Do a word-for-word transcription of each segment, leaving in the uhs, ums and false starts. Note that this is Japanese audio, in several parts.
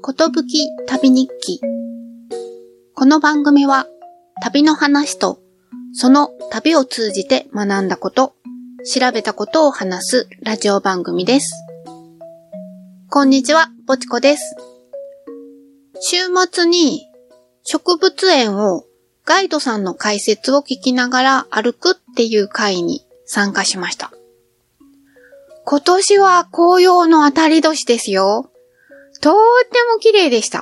ことぶき旅日記。この番組は旅の話とその旅を通じて学んだこと、調べたことを話すラジオ番組です。こんにちは、ぼちこです。週末に植物園をガイドさんの解説を聞きながら歩くっていう会に参加しました。今年は紅葉の当たり年ですよ。とっても綺麗でした。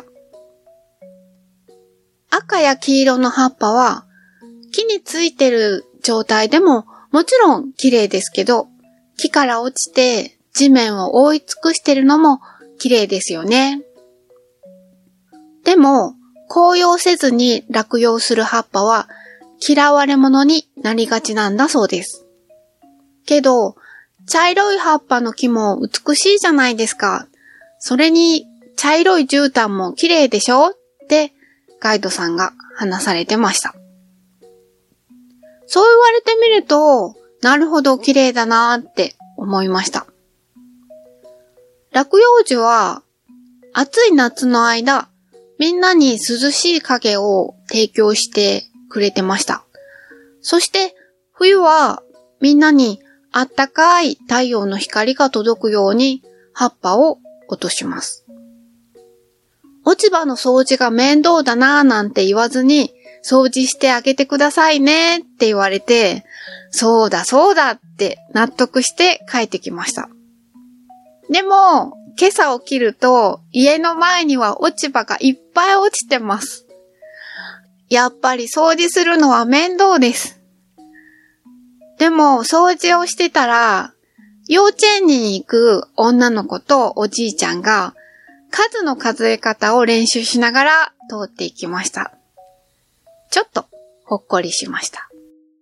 赤や黄色の葉っぱは木についてる状態でももちろん綺麗ですけど、木から落ちて地面を覆い尽くしてるのも綺麗ですよね。でも紅葉せずに落葉する葉っぱは嫌われ者になりがちなんだそうです。けど茶色い葉っぱの木も美しいじゃないですか。それに茶色い絨毯も綺麗でしょってガイドさんが話されてました。そう言われてみると、なるほど綺麗だなーって思いました。落葉樹は暑い夏の間、みんなに涼しい影を提供してくれてました。そして冬はみんなにあったかい太陽の光が届くように葉っぱを落とします。落ち葉の掃除が面倒だなぁなんて言わずに掃除してあげてくださいねって言われて、そうだそうだって納得して帰ってきました。でも今朝起きると家の前には落ち葉がいっぱい落ちてます。やっぱり掃除するのは面倒です。でも掃除をしてたら幼稚園に行く女の子とおじいちゃんが数の数え方を練習しながら通っていきました。ちょっとほっこりしました。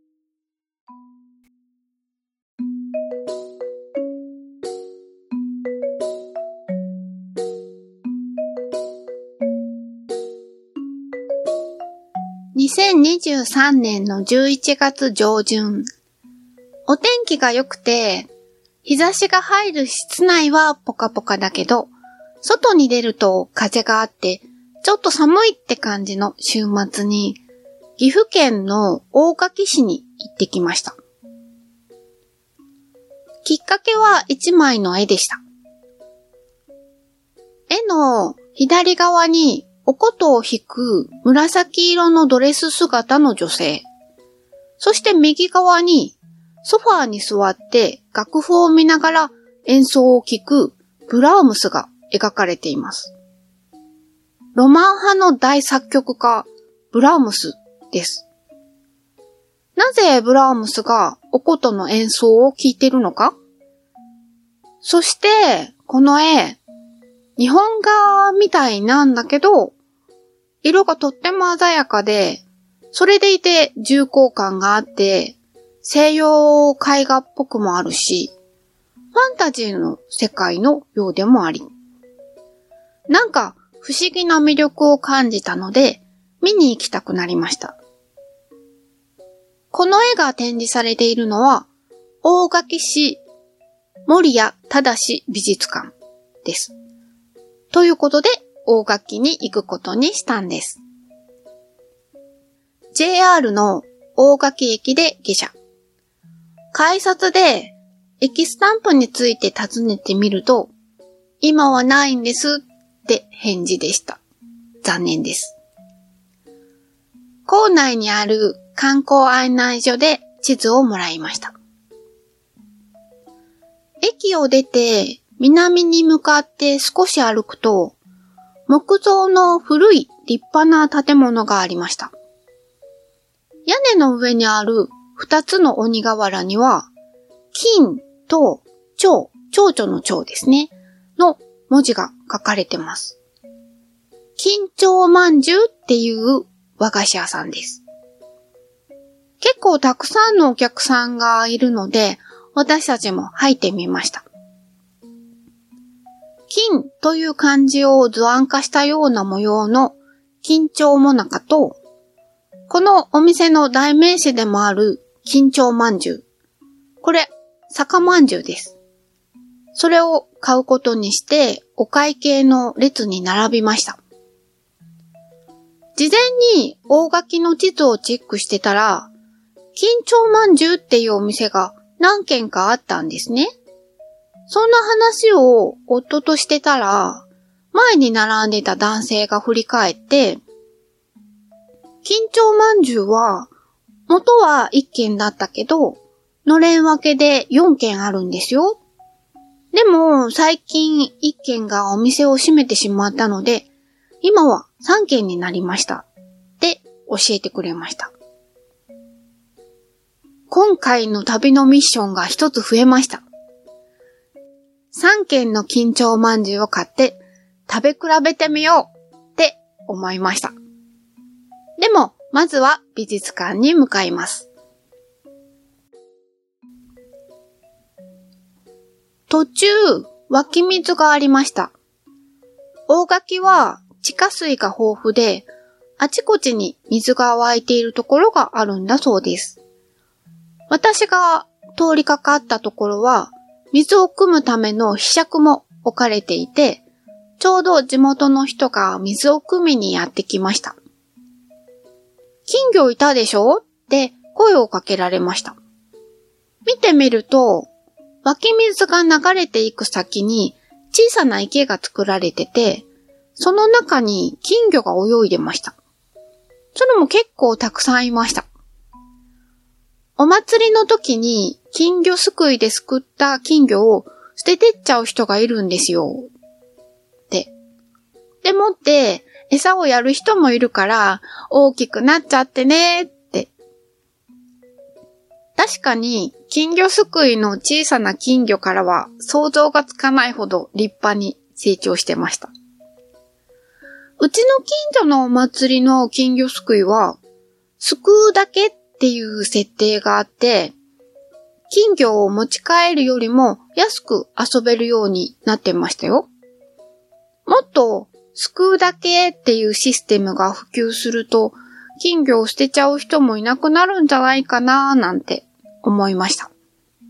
にせんにじゅうさんねんのじゅういちがつ上旬、お天気が良くて、日差しが入る室内はポカポカだけど、外に出ると風があって、ちょっと寒いって感じの週末に、岐阜県の大垣市に行ってきました。きっかけは一枚の絵でした。絵の左側にお琴を弾く紫色のドレス姿の女性。そして右側にソファーに座って楽譜を見ながら演奏を聴くブラームスが描かれています。ロマン派の大作曲家、ブラームスです。なぜブラームスがお琴の演奏を聴いているのか？そして、この絵、日本画みたいなんだけど、色がとっても鮮やかで、それでいて重厚感があって、西洋絵画っぽくもあるし、ファンタジーの世界のようでもあり、なんか不思議な魅力を感じたので、見に行きたくなりました。この絵が展示されているのは、大垣市守谷正美術館です。ということで、大垣に行くことにしたんです。ジェイアール の大垣駅で下車。改札で駅スタンプについて尋ねてみると、今はないんですって返事でした。残念です。構内にある観光案内所で地図をもらいました。駅を出て南に向かって少し歩くと、木造の古い立派な建物がありました。屋根の上にある二つの鬼瓦には、金と蝶、蝶々の蝶ですね、の文字が書かれてます。金蝶まんじゅうっていう和菓子屋さんです。結構たくさんのお客さんがいるので、私たちも入ってみました。金という漢字を図案化したような模様の金蝶もなかと、このお店の代名詞でもある金蝶まんじゅう。これ、酒まんじゅうです。 それを買うことにしてお会計の列に並びました。事前に大垣の地図をチェックしてたら、金蝶まんじゅうっていうお店が何軒かあったんですね。そんな話を夫としてたら、前に並んでた男性が振り返って、金蝶まんじゅうは元はいっけんだったけど、のれん分けでよんけんあるんですよ。でも最近いっけんがお店を閉めてしまったので、今はさんけんになりましたって教えてくれました。今回の旅のミッションが一つ増えました。さんけんの金蝶まんじゅうを買って食べ比べてみようって思いました。でもまずは美術館に向かいます。途中湧き水がありました。大垣は地下水が豊富であちこちに水が湧いているところがあるんだそうです。私が通りかかったところは水を汲むためのひしゃくも置かれていて、ちょうど地元の人が水を汲みにやってきました。金魚いたでしょって声をかけられました。見てみると、湧き水が流れていく先に小さな池が作られてて、その中に金魚が泳いでました。それも結構たくさんいました。お祭りの時に金魚すくいですくった金魚を捨ててっちゃう人がいるんですよ。って。でもって餌をやる人もいるから大きくなっちゃってねって。確かに金魚すくいの小さな金魚からは想像がつかないほど立派に成長してました。うちの近所のお祭りの金魚すくいはすくうだけっていう設定があって、金魚を持ち帰るよりも安く遊べるようになってましたよ。もっとすくうだけっていうシステムが普及すると、金魚を捨てちゃう人もいなくなるんじゃないかななんて思いました。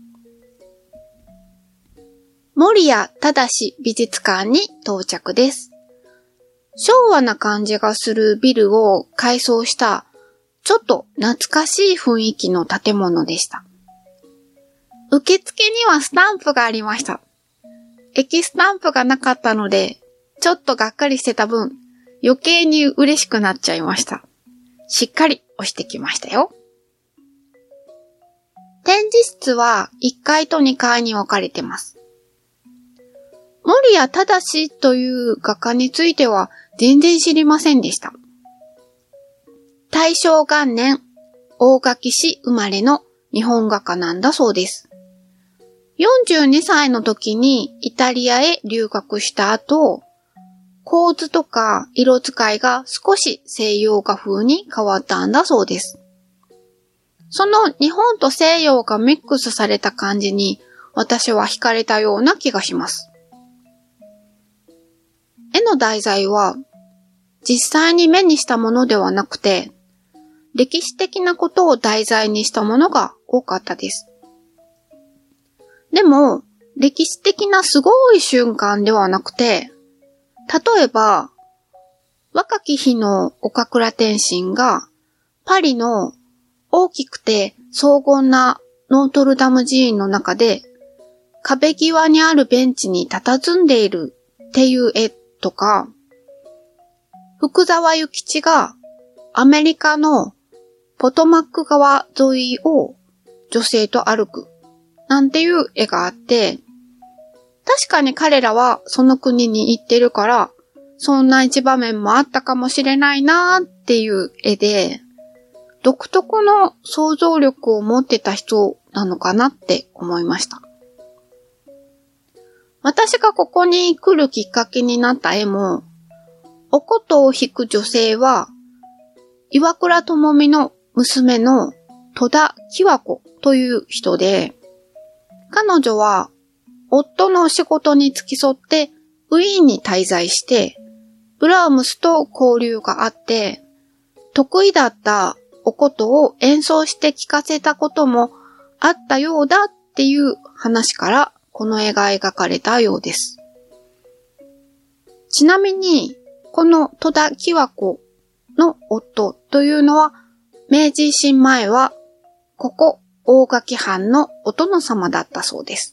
守谷正美術館に到着です。昭和な感じがするビルを改装したちょっと懐かしい雰囲気の建物でした。受付にはスタンプがありました。駅スタンプがなかったので、ちょっとがっかりしてた分、余計に嬉しくなっちゃいました。しっかり押してきましたよ。展示室はいっかいとにかいに分かれてます。守谷正という画家については全然知りませんでした。大正元年、大垣市生まれの日本画家なんだそうです。よんじゅうにさいの時にイタリアへ留学した後、構図とか色使いが少し西洋画風に変わったんだそうです。その日本と西洋がミックスされた感じに私は惹かれたような気がします。絵の題材は実際に目にしたものではなくて、歴史的なことを題材にしたものが多かったです。でも、歴史的なすごい瞬間ではなくて、例えば、若き日の岡倉天心がパリの大きくて荘厳なノートルダム寺院の中で壁際にあるベンチに佇んでいるっていう絵とか、福沢諭吉がアメリカのポトマック川沿いを女性と歩くなんていう絵があって、確かに彼らはその国に行ってるから、そんな一場面もあったかもしれないなーっていう絵で、独特の想像力を持ってた人なのかなって思いました。私がここに来るきっかけになった絵も、お琴を弾く女性は、岩倉智美の娘の戸田喜和子という人で、彼女は夫の仕事に付き添ってウィーンに滞在して、ブラームスと交流があって、得意だったお琴を演奏して聴かせたこともあったようだっていう話からこの絵が描かれたようです。ちなみに、この戸田喜和子の夫というのは、明治維新前は、ここ大垣藩のお殿様だったそうです。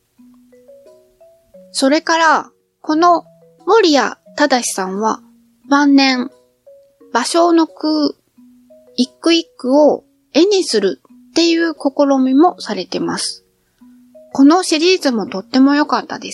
それから、この守谷忠さんは、晩年、芭蕉の句、一句一句を絵にするっていう試みもされてます。このシリーズもとっても良かったです。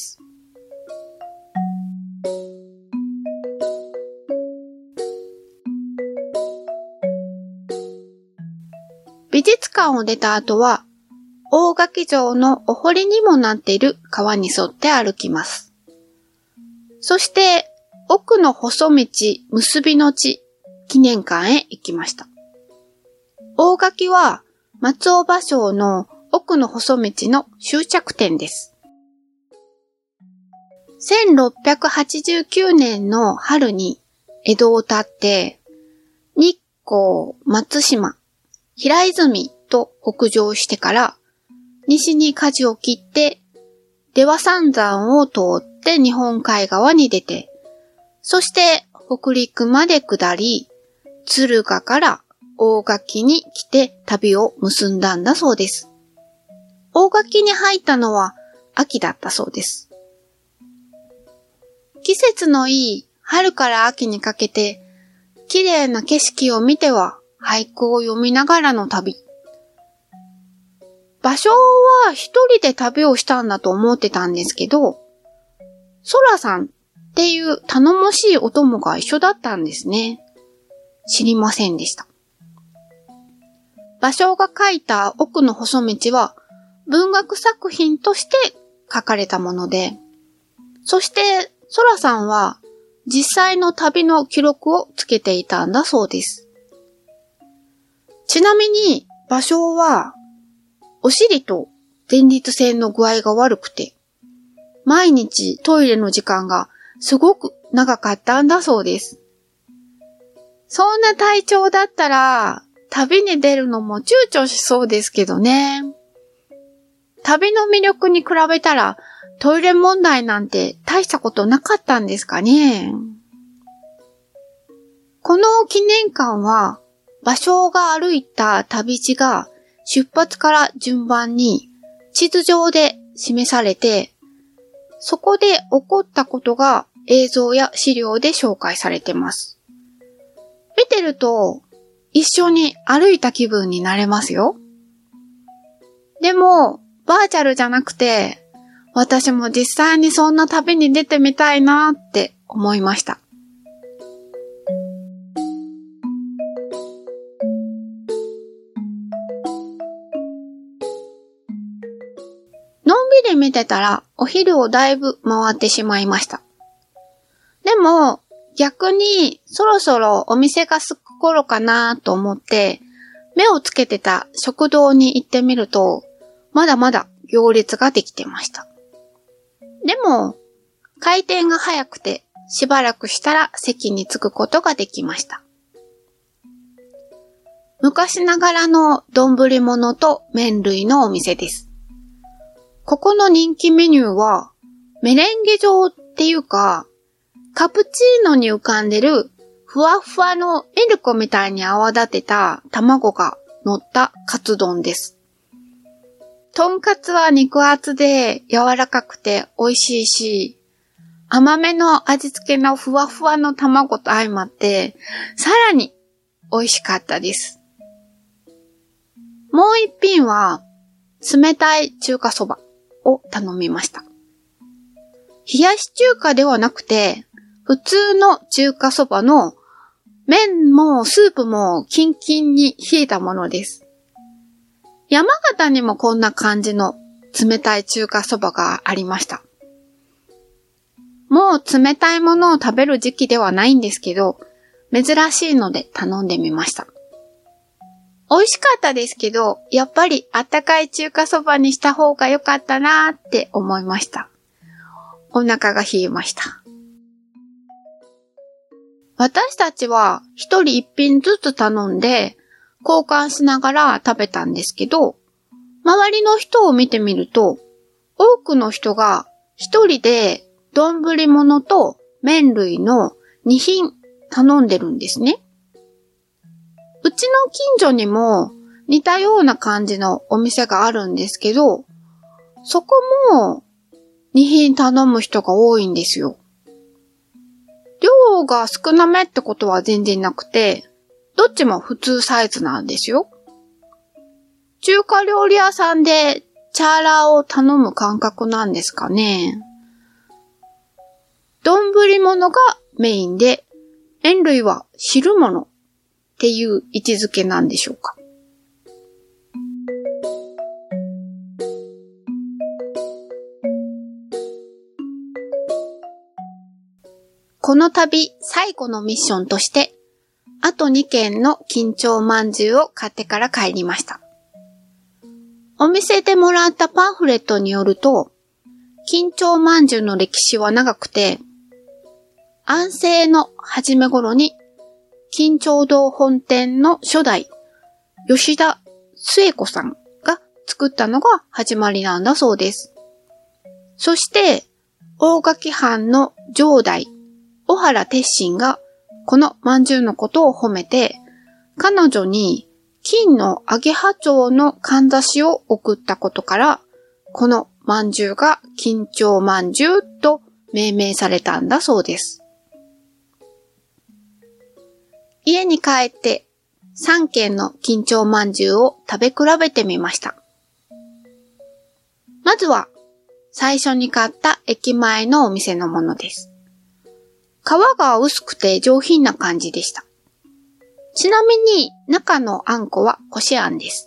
美術館を出た後は、大垣城のお堀にもなっている川に沿って歩きます。そして、奥の細道結びの地記念館へ行きました。大垣は松尾芭蕉の奥の細道の終着点です。せんろっぴゃくはちじゅうきゅうねんの春に江戸を立って、日光、松島、平泉と北上してから、西に舵を切って、出羽三山を通って日本海側に出て、そして北陸まで下り、敦賀から大垣に来て旅を結んだんだそうです。大垣に入ったのは秋だったそうです。季節のいい春から秋にかけて、綺麗な景色を見ては俳句を読みながらの旅。芭蕉は一人で旅をしたんだと思ってたんですけど、空さんっていう頼もしいお供が一緒だったんですね。知りませんでした。芭蕉が書いた奥の細道は文学作品として書かれたもので、そして空さんは実際の旅の記録をつけていたんだそうです。ちなみに芭蕉はお尻と前立腺の具合が悪くて、毎日トイレの時間がすごく長かったんだそうです。そんな体調だったら、旅に出るのも躊躇しそうですけどね。旅の魅力に比べたら、トイレ問題なんて大したことなかったんですかね。この記念館は、芭蕉が歩いた旅路が出発から順番に地図上で示されて、そこで起こったことが映像や資料で紹介されてます。見てると一緒に歩いた気分になれますよ。でもバーチャルじゃなくて私も実際にそんな旅に出てみたいなって思いました。のんびり見てたらお昼をだいぶ回ってしまいました。でも逆にそろそろお店がすく頃かなと思って目をつけてた食堂に行ってみるとまだまだ行列ができてました。でも開店が早くてしばらくしたら席に着くことができました。昔ながらの丼物と麺類のお店です。ここの人気メニューはメレンゲ状っていうかカプチーノに浮かんでるふわふわのミルコみたいに泡立てた卵が乗ったカツ丼です。とんかつは肉厚で柔らかくて美味しいし、甘めの味付けのふわふわの卵と相まってさらに美味しかったです。もう一品は冷たい中華そばを頼みました。冷やし中華ではなくて普通の中華そばの麺もスープもキンキンに冷えたものです。山形にもこんな感じの冷たい中華そばがありました。もう冷たいものを食べる時期ではないんですけど、珍しいので頼んでみました。美味しかったですけど、やっぱりあったかい中華そばにした方が良かったなーって思いました。お腹が冷えました。私たちは一人一品ずつ頼んで交換しながら食べたんですけど、周りの人を見てみると、 多くの人が一人で丼物と麺類のに品頼んでるんですね。うちの近所にも似たような感じのお店があるんですけど、そこもに品頼む人が多いんですよ。量が少なめってことは全然なくて、どっちも普通サイズなんですよ。中華料理屋さんでチャーラーを頼む感覚なんですかね。丼物がメインで、麺類は汁物っていう位置づけなんでしょうか。この旅最後のミッションとして、あとに軒の金蝶まんじゅうを買ってから帰りました。お店でもらったパンフレットによると、金蝶まんじゅうの歴史は長くて、安政の初め頃に、金蝶堂本店の初代、吉田末子さんが作ったのが始まりなんだそうです。そして、大垣藩の上代、小原鉄心が、このまんじゅうのことを褒めて、彼女に金の揚げ葉帳のかんざしを送ったことから、このまんじゅうが金蝶まんじゅうと命名されたんだそうです。家に帰ってさん軒の金蝶まんじゅうを食べ比べてみました。まずは最初に買った駅前のお店のものです。皮が薄くて上品な感じでした。ちなみに中のあんこはこしあんです。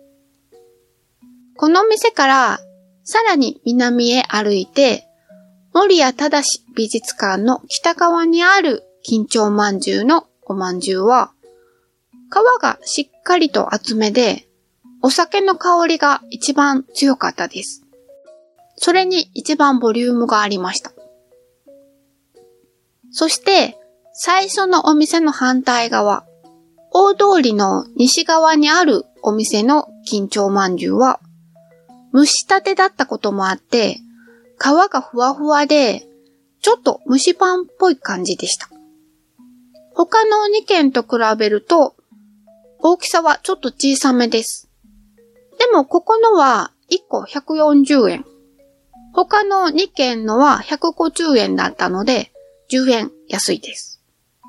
この店からさらに南へ歩いて、守谷正美術館の北側にある金蝶まんじゅうのおまんじゅうは、皮がしっかりと厚めで、お酒の香りが一番強かったです。それに一番ボリュームがありました。そして、最初のお店の反対側、大通りの西側にあるお店の金蝶まんじゅうは、蒸したてだったこともあって、皮がふわふわで、ちょっと蒸しパンっぽい感じでした。他のに軒と比べると、大きさはちょっと小さめです。でもここのはいっこひゃくよんじゅうえん。他のに軒のはひゃくごじゅうえんだったので、じゅうえん安いです。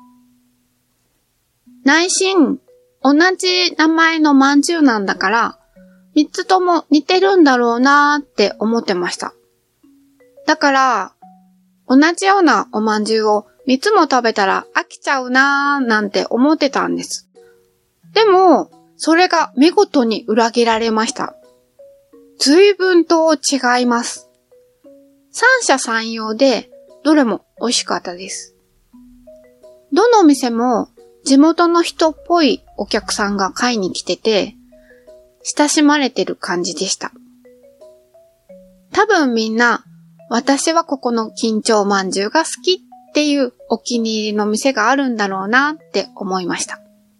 内心、同じ名前のまんじゅうなんだから、みっつとも似てるんだろうなーって思ってました。だから、同じようなおまんじゅうをみっつも食べたら飽きちゃうなーなんて思ってたんです。でも、それが見事に裏切られました。随分と違います。三者三様で、どれも美味しかったです。どのお店も地元の人っぽいお客さんが買いに来てて、親しまれてる感じでした。多分みんな、私はここの金蝶まんじゅうが好きっていうお気に入りの店があるんだろうなって思いました。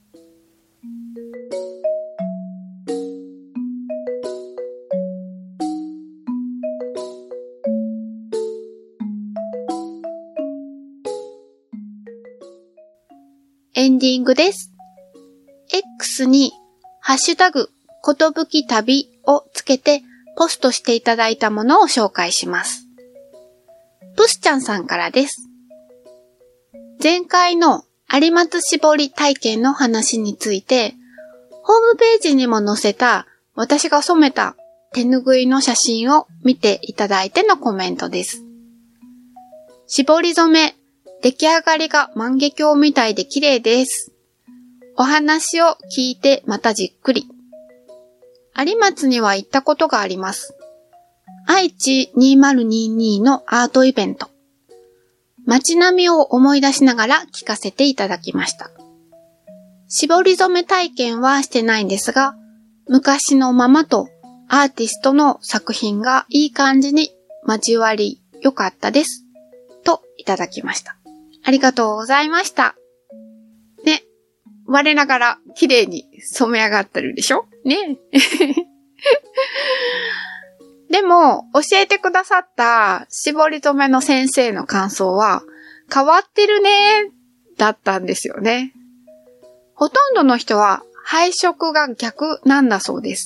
エンディングです。X にハッシュタグことぶき旅をつけてポストしていただいたものを紹介します。プスちゃんさんからです。前回の有松絞り体験の話について、ホームページにも載せた私が染めた手ぬぐいの写真を見ていただいてのコメントです。絞り染め、出来上がりが万華鏡みたいで綺麗です。お話を聞いてまたじっくり。有松には行ったことがあります。愛知にせんにじゅうにのアートイベント。街並みを思い出しながら聞かせていただきました。絞り染め体験はしてないんですが、昔のままとアーティストの作品がいい感じに交わり良かったです。といただきました。ありがとうございました。ね。我ながら綺麗に染め上がってるでしょね。 でも、教えてくださった絞り染めの先生の感想は、変わってるね、だったんですよね。ほとんどの人は配色が逆なんだそうです。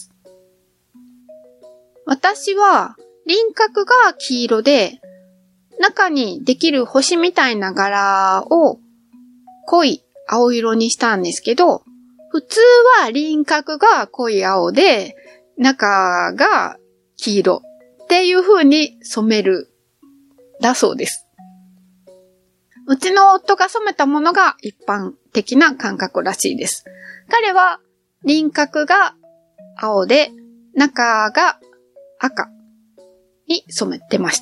私は輪郭が黄色で、中にできる星みたいな柄を濃い青色にしたんですけど、普通は輪郭が濃い青で、中が黄色っていう風に染めるだそうです。うちの夫が染めたものが一般的な感覚らしいです。彼は輪郭が青で中が赤に染めてました。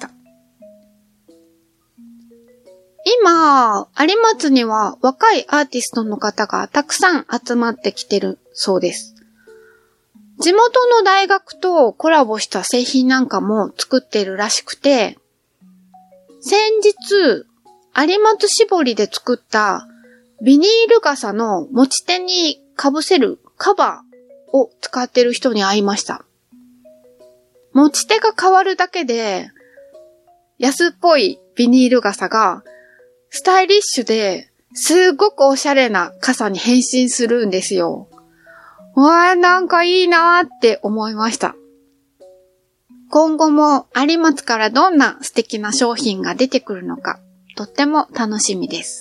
今、有松には若いアーティストの方がたくさん集まってきてるそうです。地元の大学とコラボした製品なんかも作ってるらしくて、先日、有松絞りで作ったビニール傘の持ち手に被せるカバーを使ってる人に会いました。持ち手が変わるだけで、安っぽいビニール傘がスタイリッシュですごくおしゃれな傘に変身するんですよ。わー、なんかいいなーって思いました。今後も有松からどんな素敵な商品が出てくるのか、とっても楽しみです。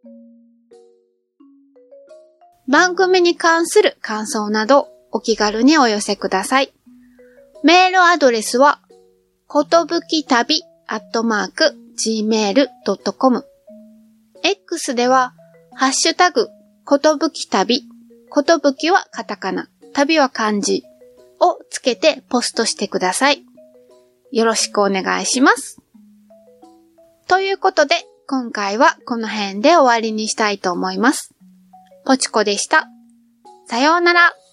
番組に関する感想などお気軽にお寄せください。メールアドレスは、ことぶき旅アットマーク ジーメールドットコム。X では、ハッシュタグ、ことぶき旅、ことぶきはカタカナ、旅は漢字をつけてポストしてください。よろしくお願いします。ということで、今回はこの辺で終わりにしたいと思います。ポチコでした。さようなら。